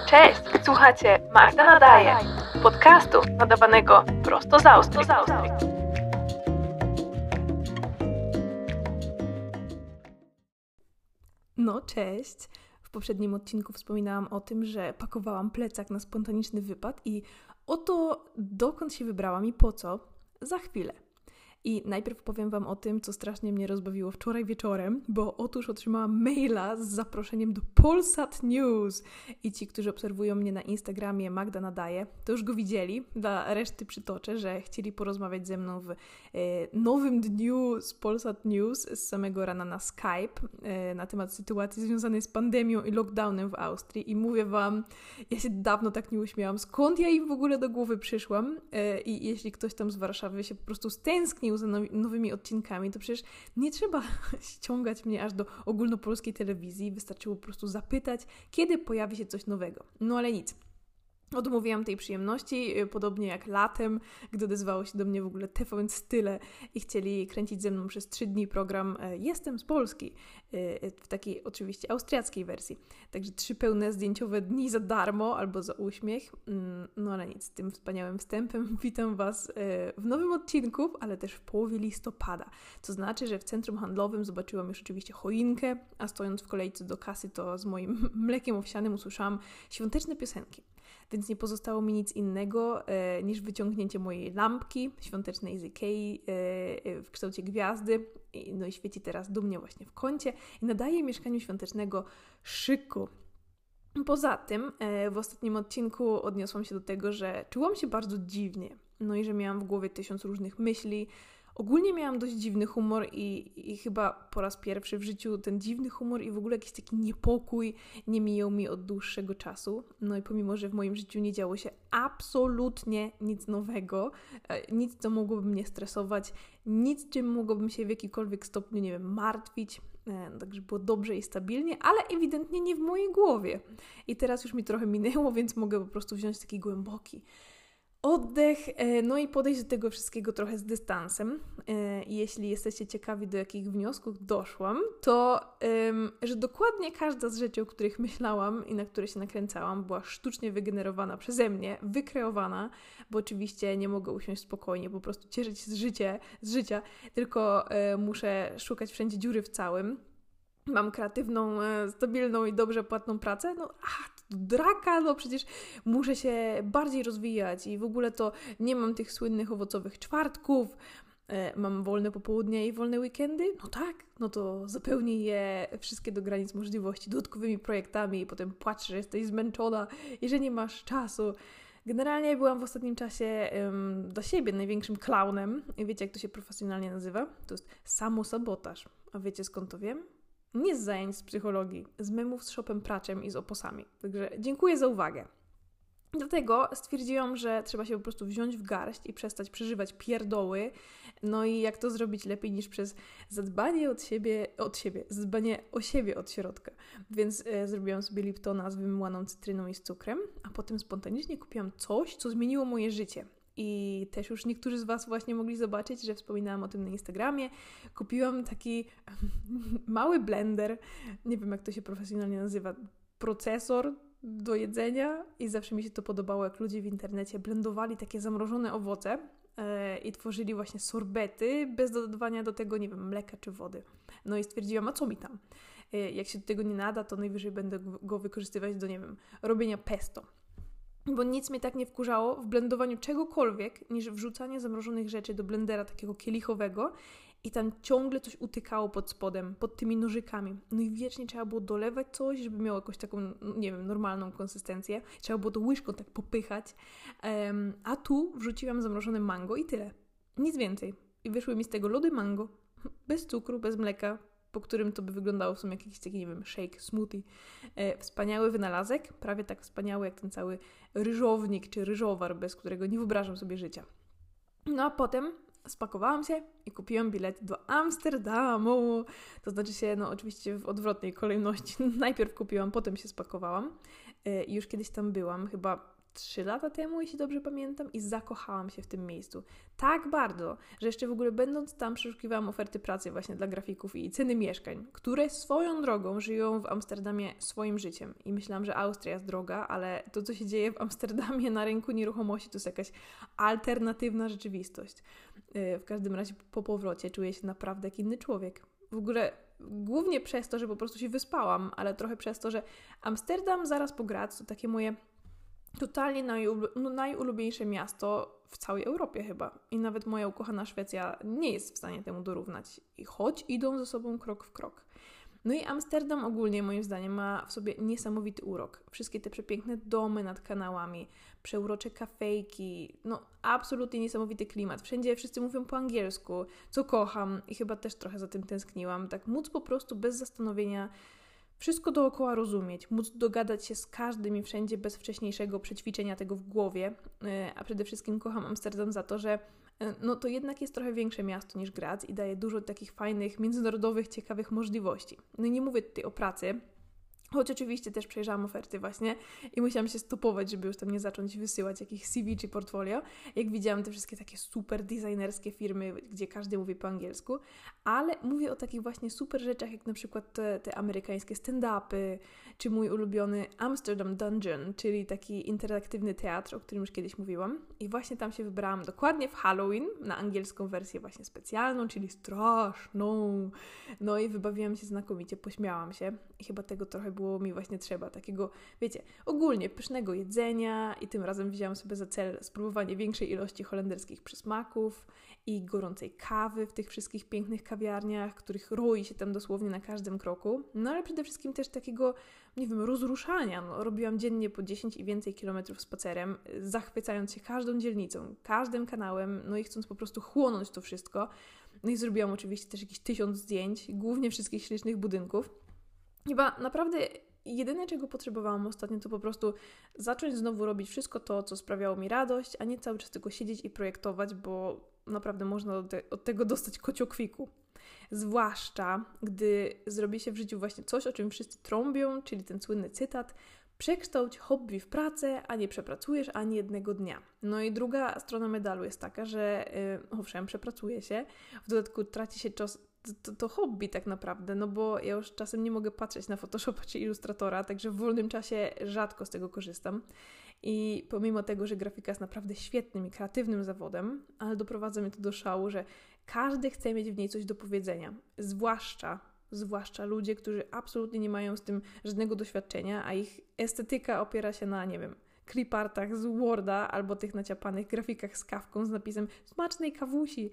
Cześć, słuchacie Magda Nadaje, podcastu nadawanego prosto z Austrii. No, cześć. W poprzednim odcinku wspominałam o tym, że pakowałam plecak na spontaniczny wypad i oto dokąd się wybrałam i po co, za chwilę. I najpierw powiem Wam o tym, co strasznie mnie rozbawiło wczoraj wieczorem, bo otóż otrzymałam maila z zaproszeniem do Polsat News. I ci, którzy obserwują mnie na Instagramie Magda Nadaje, to już go widzieli. Dla reszty przytoczę, że chcieli porozmawiać ze mną w nowym dniu z Polsat News z samego rana na Skype na temat sytuacji związanej z pandemią i lockdownem w Austrii. I mówię Wam, ja się dawno tak nie uśmiałam, skąd ja im w ogóle do głowy przyszłam. I jeśli ktoś tam z Warszawy się po prostu stęsknił za nowymi odcinkami, to przecież nie trzeba ściągać mnie aż do ogólnopolskiej telewizji, wystarczyło po prostu zapytać, kiedy pojawi się coś nowego. No ale nic. Odmówiłam tej przyjemności, podobnie jak latem, gdy odezwało się do mnie w ogóle TVN Style i chcieli kręcić ze mną przez 3 dni program Jestem z Polski, w takiej oczywiście austriackiej wersji. Także 3 pełne zdjęciowe dni za darmo albo za uśmiech. No ale nic, tym wspaniałym wstępem witam Was w nowym odcinku, ale też w połowie listopada. To znaczy, że w centrum handlowym zobaczyłam już oczywiście choinkę, a stojąc w kolejce do kasy, to z moim mlekiem owsianym usłyszałam świąteczne piosenki. Więc nie pozostało mi nic innego niż wyciągnięcie mojej lampki świątecznej z Ikei w kształcie gwiazdy. No i świeci teraz dumnie właśnie w kącie i nadaje mieszkaniu świątecznego szyku. Poza tym w ostatnim odcinku odniosłam się do tego, że czułam się bardzo dziwnie. No i że miałam w głowie 1000 różnych myśli. Ogólnie miałam dość dziwny humor i chyba po raz pierwszy w życiu ten dziwny humor i w ogóle jakiś taki niepokój nie mijał mi od dłuższego czasu. No i pomimo, że w moim życiu nie działo się absolutnie nic nowego, nic, co mogłoby mnie stresować, nic, czym mogłabym się w jakikolwiek stopniu, nie wiem, martwić, także było dobrze i stabilnie, ale ewidentnie nie w mojej głowie. I teraz już mi trochę minęło, więc mogę po prostu wziąć taki głęboki oddech, no i podejść do tego wszystkiego trochę z dystansem. Jeśli jesteście ciekawi, do jakich wniosków doszłam, to że dokładnie każda z rzeczy, o których myślałam i na które się nakręcałam, była sztucznie wygenerowana przeze mnie, wykreowana, bo oczywiście nie mogę usiąść spokojnie, po prostu cieszyć się z życia, tylko muszę szukać wszędzie dziury w całym. Mam kreatywną, stabilną i dobrze płatną pracę, draka, przecież muszę się bardziej rozwijać i w ogóle to nie mam tych słynnych owocowych czwartków, mam wolne popołudnie i wolne weekendy, no to zapełnij je wszystkie do granic możliwości dodatkowymi projektami i potem płacz, że jesteś zmęczona i że nie masz czasu. Generalnie byłam w ostatnim czasie dla siebie największym klaunem i wiecie, jak to się profesjonalnie nazywa? To jest samosabotaż. A wiecie, skąd to wiem? Nie z zajęć z psychologii, z memów z Shopem Praczem i z oposami. Także dziękuję za uwagę. Dlatego stwierdziłam, że trzeba się po prostu wziąć w garść i przestać przeżywać pierdoły. No i jak to zrobić lepiej niż przez zadbanie zadbanie o siebie od środka. Więc zrobiłam sobie Liptona z wymłaną cytryną i z cukrem, a potem spontanicznie kupiłam coś, co zmieniło moje życie. I też już niektórzy z Was właśnie mogli zobaczyć, że wspominałam o tym na Instagramie. Kupiłam taki mały blender, nie wiem jak to się profesjonalnie nazywa, procesor do jedzenia i zawsze mi się to podobało, jak ludzie w internecie blendowali takie zamrożone owoce i tworzyli właśnie sorbety bez dodawania do tego, nie wiem, mleka czy wody. No i stwierdziłam, a co mi tam? Jak się do tego nie nada, to najwyżej będę go wykorzystywać do, nie wiem, robienia pesto. Bo nic mnie tak nie wkurzało w blendowaniu czegokolwiek, niż wrzucanie zamrożonych rzeczy do blendera takiego kielichowego i tam ciągle coś utykało pod spodem, pod tymi nożykami. No i wiecznie trzeba było dolewać coś, żeby miało jakąś taką, nie wiem, normalną konsystencję. Trzeba było to łyżką tak popychać. A tu wrzuciłam zamrożone mango i tyle. Nic więcej. I wyszły mi z tego lody mango. Bez cukru, bez mleka, po którym to by wyglądało w sumie jakiś taki, nie wiem, shake, smoothie. Wspaniały wynalazek, prawie tak wspaniały jak ten cały ryżownik czy ryżowar, bez którego nie wyobrażam sobie życia. No a potem spakowałam się i kupiłam bilet do Amsterdamu. To znaczy się, oczywiście w odwrotnej kolejności. Najpierw kupiłam, potem się spakowałam. I już kiedyś tam byłam, chyba 3 lata temu, jeśli dobrze pamiętam, i zakochałam się w tym miejscu. Tak bardzo, że jeszcze w ogóle będąc tam przeszukiwałam oferty pracy właśnie dla grafików i ceny mieszkań, które swoją drogą żyją w Amsterdamie swoim życiem. I myślałam, że Austria jest droga, ale to, co się dzieje w Amsterdamie na rynku nieruchomości, to jest jakaś alternatywna rzeczywistość. W każdym razie po powrocie czuję się naprawdę jak inny człowiek. W ogóle głównie przez to, że po prostu się wyspałam, ale trochę przez to, że Amsterdam zaraz po Graz to takie moje totalnie najulubieńsze miasto w całej Europie chyba. I nawet moja ukochana Szwecja nie jest w stanie temu dorównać. I choć idą ze sobą krok w krok. No i Amsterdam ogólnie moim zdaniem ma w sobie niesamowity urok. Wszystkie te przepiękne domy nad kanałami, przeurocze kafejki, no absolutnie niesamowity klimat. Wszędzie wszyscy mówią po angielsku, co kocham i chyba też trochę za tym tęskniłam. Tak móc po prostu bez zastanowienia wszystko dookoła rozumieć, móc dogadać się z każdym i wszędzie bez wcześniejszego przećwiczenia tego w głowie. A przede wszystkim kocham Amsterdam za to, że no to jednak jest trochę większe miasto niż Graz i daje dużo takich fajnych, międzynarodowych, ciekawych możliwości. No i nie mówię tutaj o pracy, choć oczywiście też przejrzałam oferty właśnie i musiałam się stopować, żeby już tam nie zacząć wysyłać jakichś CV czy portfolio, jak widziałam te wszystkie takie super designerskie firmy, gdzie każdy mówi po angielsku, ale mówię o takich właśnie super rzeczach, jak na przykład te amerykańskie stand-upy, czy mój ulubiony Amsterdam Dungeon, czyli taki interaktywny teatr, o którym już kiedyś mówiłam. I właśnie tam się wybrałam dokładnie w Halloween, na angielską wersję właśnie specjalną, czyli straszną. No i wybawiłam się znakomicie, pośmiałam się i chyba tego trochę było mi właśnie trzeba, takiego, wiecie, ogólnie pysznego jedzenia i tym razem wzięłam sobie za cel spróbowanie większej ilości holenderskich przysmaków i gorącej kawy w tych wszystkich pięknych kawiarniach, których roi się tam dosłownie na każdym kroku, no ale przede wszystkim też takiego, nie wiem, rozruszania. No, robiłam dziennie po 10 i więcej kilometrów spacerem, zachwycając się każdą dzielnicą, każdym kanałem, no i chcąc po prostu chłonąć to wszystko. No i zrobiłam oczywiście też jakieś 1000 zdjęć, głównie wszystkich ślicznych budynków. Chyba naprawdę jedyne, czego potrzebowałam ostatnio, to po prostu zacząć znowu robić wszystko to, co sprawiało mi radość, a nie cały czas tylko siedzieć i projektować, bo naprawdę można od tego dostać kociokwiku. Zwłaszcza, gdy zrobi się w życiu właśnie coś, o czym wszyscy trąbią, czyli ten słynny cytat: przekształć hobby w pracę, a nie przepracujesz ani jednego dnia. No i druga strona medalu jest taka, że owszem, przepracuje się, w dodatku traci się czas. To hobby tak naprawdę, no bo ja już czasem nie mogę patrzeć na Photoshopa czy Illustratora, także w wolnym czasie rzadko z tego korzystam. I pomimo tego, że grafika jest naprawdę świetnym i kreatywnym zawodem, ale doprowadza mnie to do szału, że każdy chce mieć w niej coś do powiedzenia. Zwłaszcza ludzie, którzy absolutnie nie mają z tym żadnego doświadczenia, a ich estetyka opiera się na, nie wiem, clipartach z Worda albo tych naciapanych grafikach z kawką z napisem smacznej kawusi.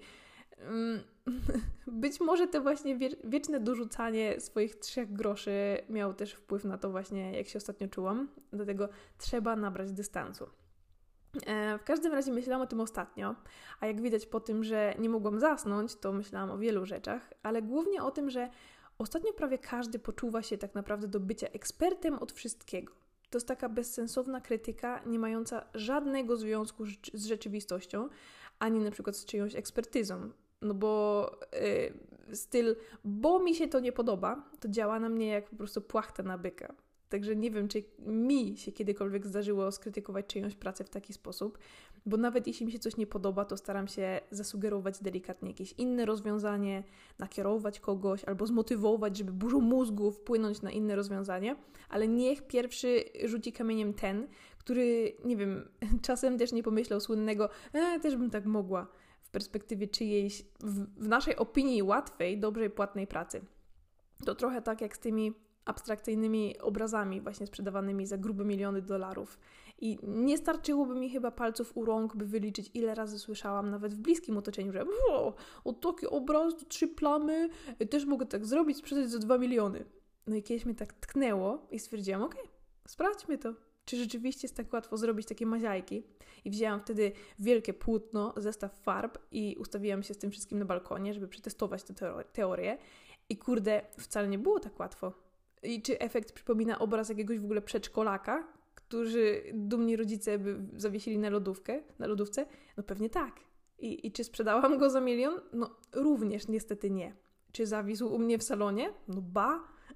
Być może to właśnie wieczne dorzucanie swoich 3 groszy miało też wpływ na to właśnie, jak się ostatnio czułam. Dlatego trzeba nabrać dystansu. W każdym razie myślałam o tym ostatnio, a jak widać po tym, że nie mogłam zasnąć, to myślałam o wielu rzeczach, ale głównie o tym, że ostatnio prawie każdy poczuwa się tak naprawdę do bycia ekspertem od wszystkiego. To jest taka bezsensowna krytyka, nie mająca żadnego związku z rzeczywistością, ani na przykład z czyjąś ekspertyzą. No bo styl, bo mi się to nie podoba, to działa na mnie jak po prostu płachta na byka. Także nie wiem, czy mi się kiedykolwiek zdarzyło skrytykować czyjąś pracę w taki sposób, bo nawet jeśli mi się coś nie podoba, to staram się zasugerować delikatnie jakieś inne rozwiązanie, nakierować kogoś albo zmotywować, żeby burzą mózgu wpłynąć na inne rozwiązanie, ale niech pierwszy rzuci kamieniem ten, który, nie wiem, czasem też nie pomyślał słynnego, też bym tak mogła, w perspektywie czyjejś, w naszej opinii łatwej, dobrej, płatnej pracy. To trochę tak jak z tymi abstrakcyjnymi obrazami właśnie sprzedawanymi za grube miliony dolarów. I nie starczyłoby mi chyba palców u rąk, by wyliczyć, ile razy słyszałam, nawet w bliskim otoczeniu, że o taki obraz, 3 plamy, też mogę tak zrobić, sprzedać za 2 miliony. No i kiedyś mnie tak tknęło i stwierdziłam, okej, sprawdźmy to. Czy rzeczywiście jest tak łatwo zrobić takie maziajki? I wzięłam wtedy wielkie płótno, zestaw farb i ustawiłam się z tym wszystkim na balkonie, żeby przetestować tę teorię. I kurde, wcale nie było tak łatwo. I czy efekt przypomina obraz jakiegoś w ogóle przedszkolaka, którzy dumni rodzice by zawiesili na lodówce? No pewnie tak. I czy sprzedałam go za 1 000 000? No również niestety nie. Czy zawisł u mnie w salonie? No ba.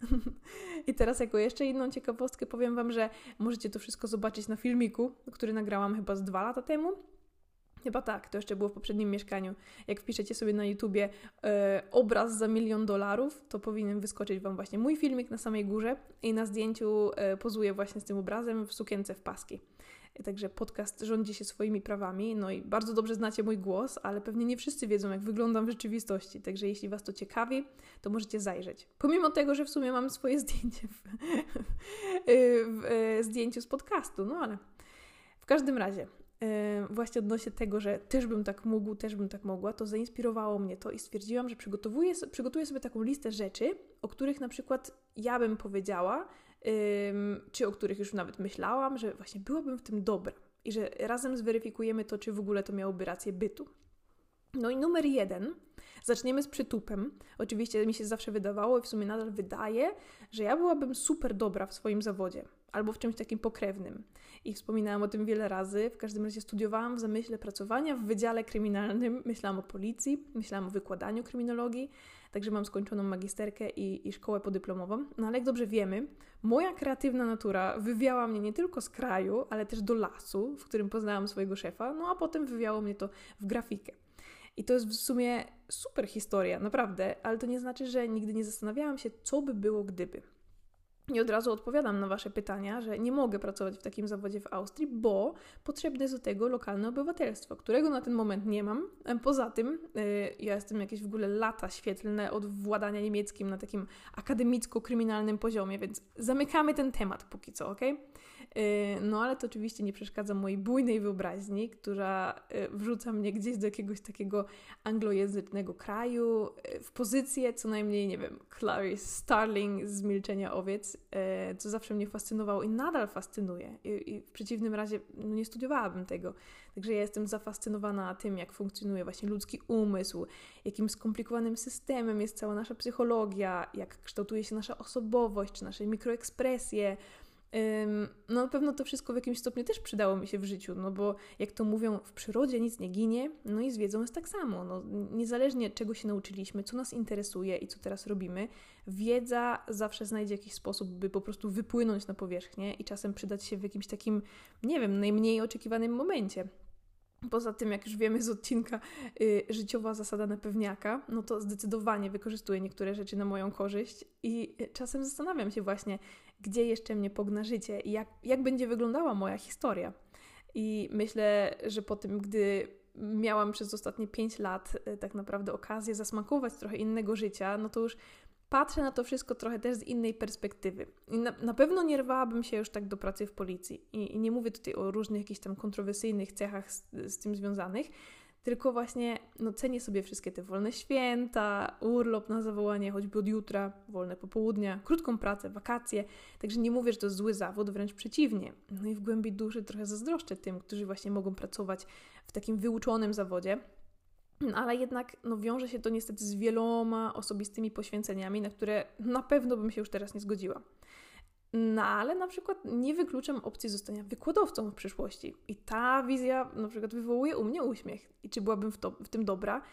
I teraz jako jeszcze inną ciekawostkę powiem Wam, że możecie to wszystko zobaczyć na filmiku, który nagrałam chyba z 2 lata temu. Chyba tak, to jeszcze było w poprzednim mieszkaniu. Jak wpiszecie sobie na YouTubie obraz za $1 milion, to powinien wyskoczyć Wam właśnie mój filmik na samej górze i na zdjęciu pozuję właśnie z tym obrazem w sukience w paski. Także podcast rządzi się swoimi prawami, no i bardzo dobrze znacie mój głos, ale pewnie nie wszyscy wiedzą, jak wyglądam w rzeczywistości, także jeśli Was to ciekawi, to możecie zajrzeć. Pomimo tego, że w sumie mam swoje zdjęcie w zdjęciu z podcastu, no ale w każdym razie właśnie odnośnie tego, że też bym tak mógł, też bym tak mogła, to zainspirowało mnie to i stwierdziłam, że przygotuję sobie taką listę rzeczy, o których na przykład ja bym powiedziała, czy o których już nawet myślałam, że właśnie byłabym w tym dobra i że razem zweryfikujemy to, czy w ogóle to miałoby rację bytu. No i numer 1, zaczniemy z przytupem. Oczywiście mi się zawsze wydawało i w sumie nadal wydaje, że ja byłabym super dobra w swoim zawodzie albo w czymś takim pokrewnym. I wspominałam o tym wiele razy. W każdym razie studiowałam w zamyśle pracowania w Wydziale Kryminalnym. Myślałam o policji, myślałam o wykładaniu kryminologii, także mam skończoną magisterkę i szkołę podyplomową. No ale jak dobrze wiemy, moja kreatywna natura wywiała mnie nie tylko z kraju, ale też do lasu, w którym poznałam swojego szefa, no a potem wywiało mnie to w grafikę. I to jest w sumie super historia, naprawdę, ale to nie znaczy, że nigdy nie zastanawiałam się, co by było gdyby. I od razu odpowiadam na Wasze pytania, że nie mogę pracować w takim zawodzie w Austrii, bo potrzebne jest do tego lokalne obywatelstwo, którego na ten moment nie mam. Poza tym ja jestem jakieś w ogóle lata świetlne od władania niemieckim na takim akademicko-kryminalnym poziomie, więc zamykamy ten temat póki co, okej? No ale to oczywiście nie przeszkadza mojej bujnej wyobraźni, która wrzuca mnie gdzieś do jakiegoś takiego anglojęzycznego kraju, w pozycję co najmniej, nie wiem, Clarice Starling z Milczenia owiec, co zawsze mnie fascynowało i nadal fascynuje. I w przeciwnym razie nie studiowałabym tego. Także ja jestem zafascynowana tym, jak funkcjonuje właśnie ludzki umysł, jakim skomplikowanym systemem jest cała nasza psychologia, jak kształtuje się nasza osobowość, czy nasze mikroekspresje. No na pewno to wszystko w jakimś stopniu też przydało mi się w życiu, no bo jak to mówią, w przyrodzie nic nie ginie, no i z wiedzą jest tak samo. No, niezależnie czego się nauczyliśmy, co nas interesuje i co teraz robimy, wiedza zawsze znajdzie jakiś sposób, by po prostu wypłynąć na powierzchnię i czasem przydać się w jakimś takim, nie wiem, najmniej oczekiwanym momencie. Poza tym, jak już wiemy z odcinka życiowa zasada na pewniaka, no to zdecydowanie wykorzystuję niektóre rzeczy na moją korzyść i czasem zastanawiam się właśnie, gdzie jeszcze mnie pogna życie i jak będzie wyglądała moja historia. I myślę, że po tym, gdy miałam przez ostatnie 5 lat tak naprawdę okazję zasmakować trochę innego życia, no to już patrzę na to wszystko trochę też z innej perspektywy. I na pewno nie rwałabym się już tak do pracy w policji. I nie mówię tutaj o różnych jakichś tam kontrowersyjnych cechach z tym związanych, tylko właśnie cenię sobie wszystkie te wolne święta, urlop na zawołanie, choćby od jutra, wolne popołudnia, krótką pracę, wakacje. Także nie mówię, że to jest zły zawód, wręcz przeciwnie. No i w głębi duszy trochę zazdroszczę tym, którzy właśnie mogą pracować w takim wyuczonym zawodzie. Ale jednak wiąże się to niestety z wieloma osobistymi poświęceniami, na które na pewno bym się już teraz nie zgodziła. No ale na przykład nie wykluczam opcji zostania wykładowcą w przyszłości. I ta wizja na przykład wywołuje u mnie uśmiech. I czy byłabym w tym dobra?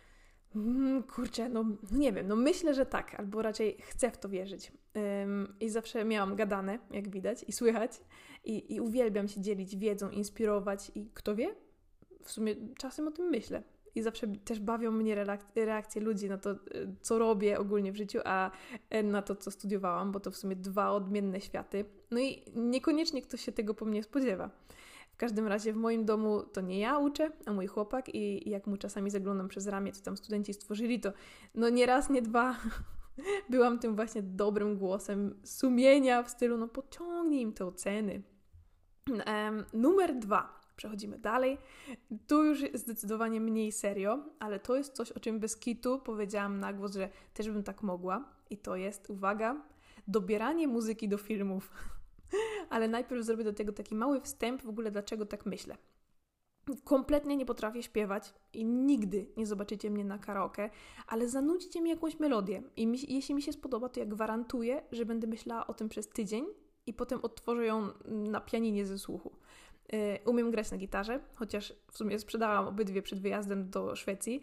Kurczę, nie wiem, myślę, że tak, albo raczej chcę w to wierzyć. I zawsze miałam gadane, jak widać, i słychać. I uwielbiam się dzielić wiedzą, inspirować i kto wie? W sumie czasem o tym myślę. I zawsze też bawią mnie reakcje ludzi na to, co robię ogólnie w życiu, a na to, co studiowałam, bo to w sumie 2 odmienne światy. No i niekoniecznie ktoś się tego po mnie spodziewa. W każdym razie w moim domu to nie ja uczę, a mój chłopak i jak mu czasami zaglądam przez ramię, co tam studenci stworzyli, to nie raz, nie 2 byłam tym właśnie dobrym głosem sumienia w stylu, pociągnij im te oceny. Numer 2. Przechodzimy dalej. Tu już zdecydowanie mniej serio, ale to jest coś, o czym bez kitu powiedziałam na głos, że też bym tak mogła. I to jest, uwaga, dobieranie muzyki do filmów. Ale najpierw zrobię do tego taki mały wstęp w ogóle, dlaczego tak myślę. Kompletnie nie potrafię śpiewać i nigdy nie zobaczycie mnie na karaoke, ale zanudźcie mi jakąś melodię i jeśli mi się spodoba, to ja gwarantuję, że będę myślała o tym przez tydzień i potem odtworzę ją na pianinie ze słuchu. Umiem grać na gitarze, chociaż w sumie sprzedałam obydwie przed wyjazdem do Szwecji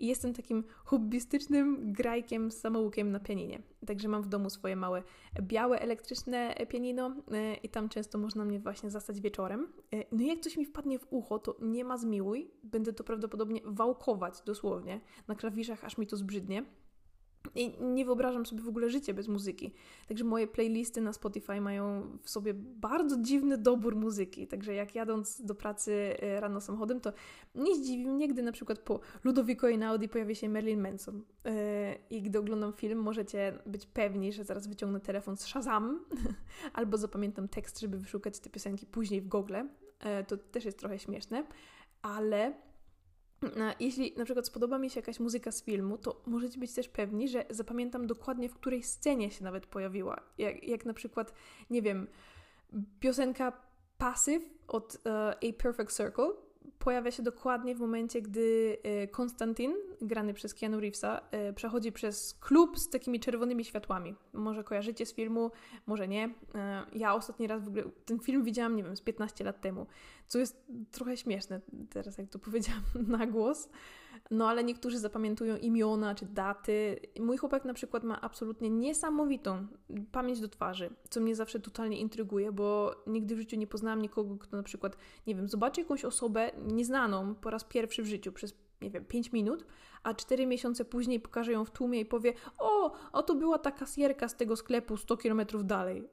i jestem takim hobbystycznym grajkiem z samoukiem na pianinie. Także mam w domu swoje małe białe elektryczne pianino i tam często można mnie właśnie zastać wieczorem. No i jak coś mi wpadnie w ucho, to nie ma zmiłuj, będę to prawdopodobnie wałkować dosłownie na klawiszach, aż mi to zbrzydnie. I nie wyobrażam sobie w ogóle życia bez muzyki. Także moje playlisty na Spotify mają w sobie bardzo dziwny dobór muzyki. Także jak jadąc do pracy rano samochodem, to nie zdziwi mnie, gdy na przykład po Ludovico Einaudi pojawi się Marilyn Manson. I gdy oglądam film, możecie być pewni, że zaraz wyciągnę telefon z Shazam albo zapamiętam tekst, żeby wyszukać te piosenki później w Google. To też jest trochę śmieszne, ale jeśli na przykład spodoba mi się jakaś muzyka z filmu, to możecie być też pewni, że zapamiętam dokładnie, w której scenie się nawet pojawiła. Jak na przykład, nie wiem, piosenka Passive od A Perfect Circle pojawia się dokładnie w momencie, gdy Konstantin, grany przez Keanu Reevesa, przechodzi przez klub z takimi czerwonymi światłami. Może kojarzycie z filmu, może nie. Ja ostatni raz w ogóle ten film widziałam, nie wiem, z 15 lat temu, co jest trochę śmieszne teraz, jak to powiedziałam na głos. No ale niektórzy zapamiętują imiona czy daty. Mój chłopak na przykład ma absolutnie niesamowitą pamięć do twarzy, co mnie zawsze totalnie intryguje, bo nigdy w życiu nie poznałam nikogo, kto na przykład, nie wiem, zobaczy jakąś osobę nieznaną po raz pierwszy w życiu przez, nie wiem, 5 minut, a 4 miesiące później pokaże ją w tłumie i powie: o, to była ta kasjerka z tego sklepu 100 kilometrów dalej.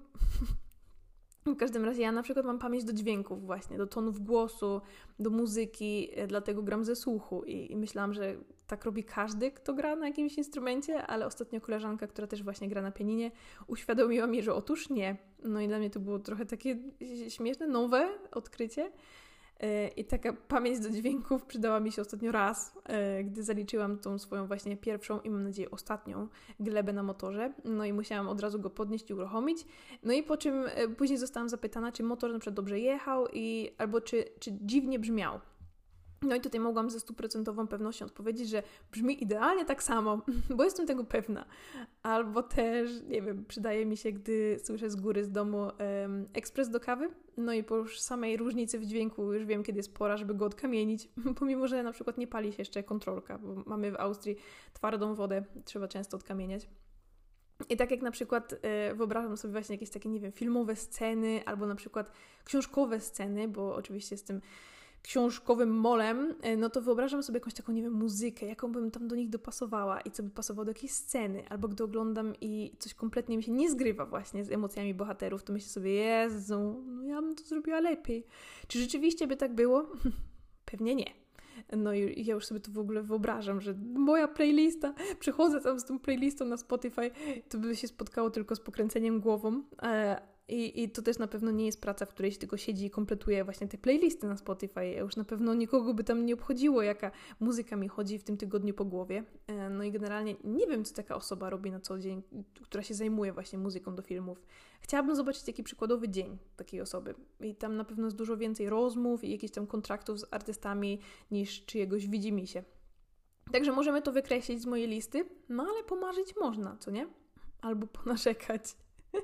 W każdym razie ja na przykład mam pamięć do dźwięków właśnie, do tonów głosu, do muzyki, dlatego gram ze słuchu i myślałam, że tak robi każdy, kto gra na jakimś instrumencie, ale ostatnio koleżanka, która też właśnie gra na pianinie, uświadomiła mi, że otóż nie. No i dla mnie to było trochę takie śmieszne, nowe odkrycie. I taka pamięć do dźwięków przydała mi się ostatnio raz, gdy zaliczyłam tą swoją właśnie pierwszą i mam nadzieję ostatnią glebę na motorze. No i musiałam od razu go podnieść i uruchomić. No i po czym później zostałam zapytana, czy motor na przykład dobrze jechał albo czy dziwnie brzmiał. No i tutaj mogłam ze 100% pewnością odpowiedzieć, że brzmi idealnie tak samo, bo jestem tego pewna. Albo też, nie wiem, przydaje mi się, gdy słyszę z góry z domu ekspres do kawy, no i po już samej różnicy w dźwięku już wiem, kiedy jest pora, żeby go odkamienić, pomimo, że na przykład nie pali się jeszcze kontrolka, bo mamy w Austrii twardą wodę, trzeba często odkamieniać. I tak jak na przykład wyobrażam sobie właśnie jakieś takie, nie wiem, filmowe sceny, albo na przykład książkowe sceny, bo oczywiście jestem książkowym molem, no to wyobrażam sobie jakąś taką, nie wiem, muzykę, jaką bym tam do nich dopasowała i co by pasowało do jakiejś sceny, albo gdy oglądam i coś kompletnie mi się nie zgrywa właśnie z emocjami bohaterów, to myślę sobie: Jezu, no ja bym to zrobiła lepiej. Czy rzeczywiście by tak było? Pewnie nie. No i ja już sobie to w ogóle wyobrażam, że moja playlista, przechodzę tam z tą playlistą na Spotify, to by się spotkało tylko z pokręceniem głową, I to też na pewno nie jest praca, w której się tylko siedzi i kompletuje właśnie te playlisty na Spotify. Już na pewno nikogo by tam nie obchodziło, jaka muzyka mi chodzi w tym tygodniu po głowie. No i generalnie nie wiem, co taka osoba robi na co dzień, która się zajmuje właśnie muzyką do filmów. Chciałabym zobaczyć taki przykładowy dzień takiej osoby. I tam na pewno jest dużo więcej rozmów i jakichś tam kontraktów z artystami niż czyjegoś widzimisię. Także możemy to wykreślić z mojej listy, no ale pomarzyć można, co nie? Albo ponarzekać.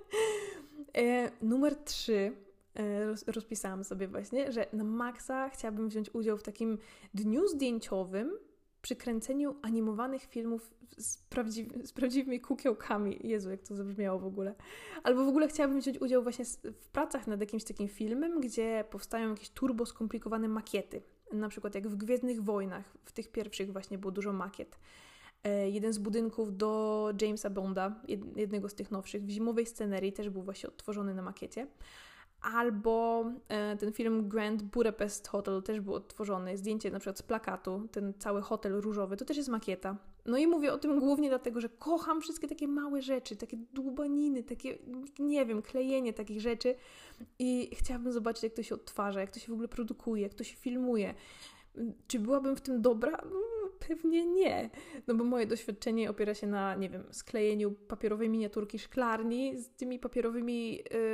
Numer 3 rozpisałam sobie właśnie, że na maksa chciałabym wziąć udział w takim dniu zdjęciowym przy kręceniu animowanych filmów z prawdziwymi kukiełkami. Jezu, jak to zabrzmiało w ogóle. Albo w ogóle chciałabym wziąć udział właśnie w pracach nad jakimś takim filmem, gdzie powstają jakieś turbo skomplikowane makiety. Na przykład jak w Gwiezdnych Wojnach, w tych pierwszych właśnie było dużo makiet. Jeden z budynków do Jamesa Bonda, jednego z tych nowszych, w Zimowej Scenerii też był właśnie odtworzony na makiecie. Albo ten film Grand Budapest Hotel też był odtworzony. Zdjęcie na przykład z plakatu, ten cały hotel różowy, to też jest makieta. No i mówię o tym głównie dlatego, że kocham wszystkie takie małe rzeczy, takie dłubaniny, takie, nie wiem, klejenie takich rzeczy i chciałabym zobaczyć, jak to się odtwarza, jak to się w ogóle produkuje, jak to się filmuje. Czy byłabym w tym dobra? Pewnie nie. No bo moje doświadczenie opiera się na, nie wiem, sklejeniu papierowej miniaturki szklarni z tymi papierowymi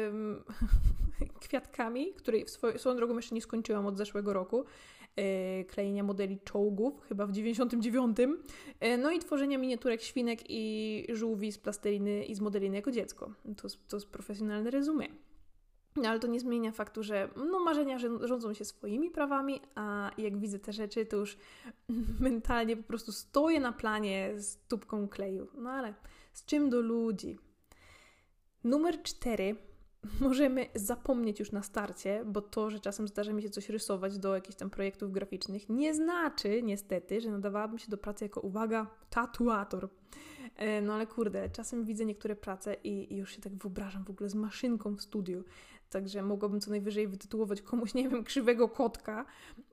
kwiatkami, której swoją drogą jeszcze nie skończyłam od zeszłego roku. Klejenia modeli czołgów, chyba w 99. No i tworzenia miniaturek świnek i żółwi z plasteliny i z modeliny jako dziecko. To jest profesjonalne resume. No ale to nie zmienia faktu, że marzenia rządzą się swoimi prawami, a jak widzę te rzeczy, to już mentalnie po prostu stoję na planie z tubką kleju. No ale z czym do ludzi? Numer 4. Możemy zapomnieć już na starcie, bo to, że czasem zdarza mi się coś rysować do jakichś tam projektów graficznych, nie znaczy niestety, że nadawałabym się do pracy jako, uwaga, tatuator. No ale kurde, czasem widzę niektóre prace i już się tak wyobrażam w ogóle z maszynką w studiu. Także mogłabym co najwyżej wytytułować komuś, nie wiem, krzywego kotka,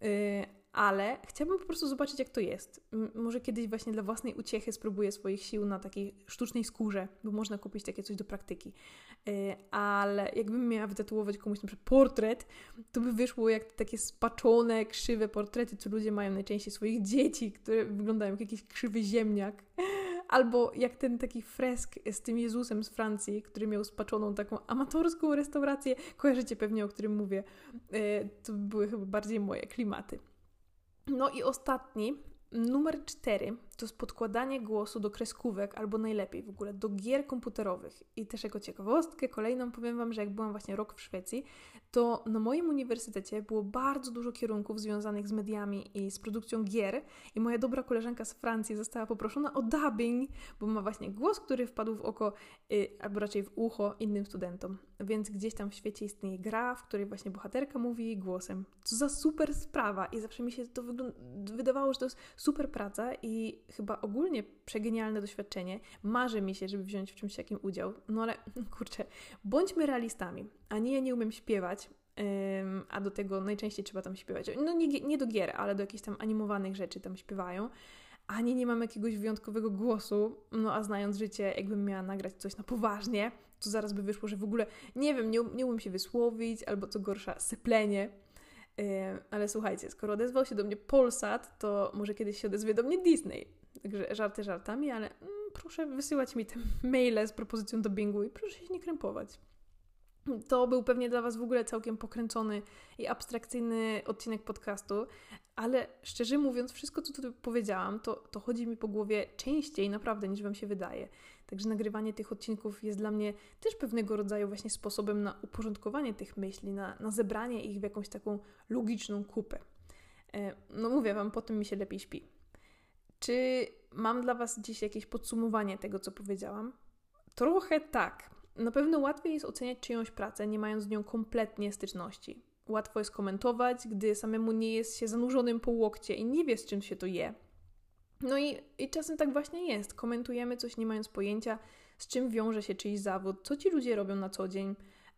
ale chciałabym po prostu zobaczyć, jak to jest. Może kiedyś właśnie dla własnej uciechy spróbuję swoich sił na takiej sztucznej skórze, bo można kupić takie coś do praktyki. Ale jakbym miała wytytułować komuś na przykład portret, to by wyszło jak takie spaczone, krzywe portrety, co ludzie mają najczęściej swoich dzieci, które wyglądają jak jakiś krzywy ziemniak. Albo jak ten taki fresk z tym Jezusem z Francji, który miał spaczoną taką amatorską restaurację. Kojarzycie pewnie, o którym mówię. To były chyba bardziej moje klimaty. No i ostatni, numer 4, to jest podkładanie głosu do kreskówek, albo najlepiej w ogóle do gier komputerowych. I też jako ciekawostkę kolejną powiem Wam, że jak byłam właśnie rok w Szwecji, to na moim uniwersytecie było bardzo dużo kierunków związanych z mediami i z produkcją gier i moja dobra koleżanka z Francji została poproszona o dubbing, bo ma właśnie głos, który wpadł w oko, albo raczej w ucho innym studentom. Więc gdzieś tam w świecie istnieje gra, w której właśnie bohaterka mówi jej głosem. Co za super sprawa i zawsze mi się to wydawało, że to jest super praca i chyba ogólnie przegenialne doświadczenie. Marzy mi się, żeby wziąć w czymś takim udział. No ale kurczę, bądźmy realistami. Ani ja nie umiem śpiewać, a do tego najczęściej trzeba tam śpiewać. No nie do gier, ale do jakichś tam animowanych rzeczy tam śpiewają. Ani nie mam jakiegoś wyjątkowego głosu, no a znając życie, jakbym miała nagrać coś na poważnie, to zaraz by wyszło, że w ogóle, nie wiem, nie umiem się wysłowić, albo co gorsza, syplenie. Ale słuchajcie, skoro odezwał się do mnie Polsat, to może kiedyś się odezwie do mnie Disney. Także żarty żartami, ale proszę wysyłać mi te maile z propozycją dubbingu i proszę się nie krępować. To był pewnie dla Was w ogóle całkiem pokręcony i abstrakcyjny odcinek podcastu, ale szczerze mówiąc, wszystko co tu powiedziałam, to chodzi mi po głowie częściej naprawdę niż Wam się wydaje. Także nagrywanie tych odcinków jest dla mnie też pewnego rodzaju właśnie sposobem na uporządkowanie tych myśli, na zebranie ich w jakąś taką logiczną kupę. No mówię Wam, potem mi się lepiej śpi. Czy mam dla Was dziś jakieś podsumowanie tego, co powiedziałam? Trochę tak. Na pewno łatwiej jest oceniać czyjąś pracę, nie mając z nią kompletnie styczności. Łatwo jest komentować, gdy samemu nie jest się zanurzonym po łokcie i nie wie, z czym się to je. No i czasem tak właśnie jest. Komentujemy coś, nie mając pojęcia, z czym wiąże się czyjś zawód, co ci ludzie robią na co dzień,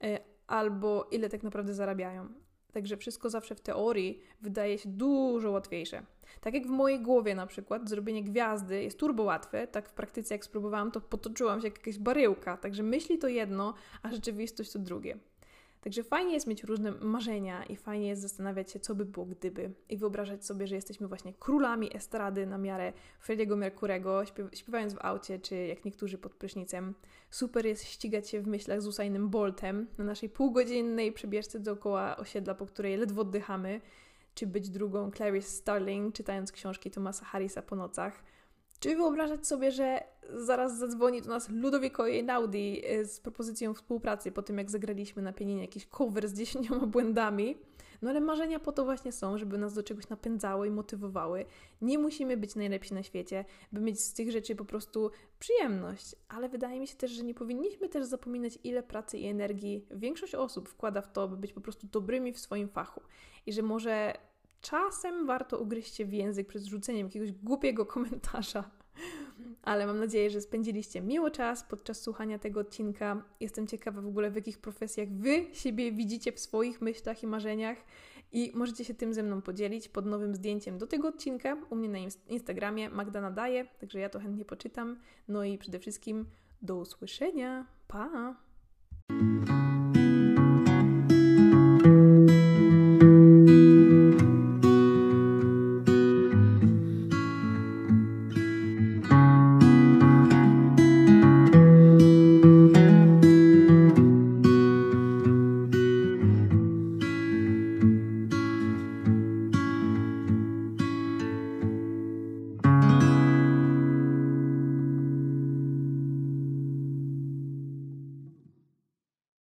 albo ile tak naprawdę zarabiają. Także wszystko zawsze w teorii wydaje się dużo łatwiejsze. Tak jak w mojej głowie na przykład zrobienie gwiazdy jest turbo łatwe, tak w praktyce jak spróbowałam, to potoczyłam się jak jakaś baryłka. Także myśli to jedno, a rzeczywistość to drugie. Także fajnie jest mieć różne marzenia i fajnie jest zastanawiać się, co by było gdyby i wyobrażać sobie, że jesteśmy właśnie królami estrady na miarę Freddie'ego Mercurego, śpiewając w aucie, czy jak niektórzy pod prysznicem. Super jest ścigać się w myślach z Usainem Boltem na naszej półgodzinnej przebieżce dookoła osiedla, po której ledwo oddychamy, czy być drugą Clarice Starling, czytając książki Thomasa Harrisa po nocach. Czy wyobrażać sobie, że zaraz zadzwoni do nas Ludovico Einaudi z propozycją współpracy po tym, jak zagraliśmy na pianinie jakiś cover z 10 błędami. No ale marzenia po to właśnie są, żeby nas do czegoś napędzały i motywowały. Nie musimy być najlepsi na świecie, by mieć z tych rzeczy po prostu przyjemność. Ale wydaje mi się też, że nie powinniśmy też zapominać, ile pracy i energii większość osób wkłada w to, by być po prostu dobrymi w swoim fachu. I że może czasem warto ugryźć się w język przed rzuceniem jakiegoś głupiego komentarza. Ale mam nadzieję, że spędziliście miło czas podczas słuchania tego odcinka. Jestem ciekawa w ogóle, w jakich profesjach Wy siebie widzicie w swoich myślach i marzeniach i możecie się tym ze mną podzielić pod nowym zdjęciem do tego odcinka u mnie na Instagramie Magda Nadaje, także ja to chętnie poczytam. No i przede wszystkim do usłyszenia. Pa!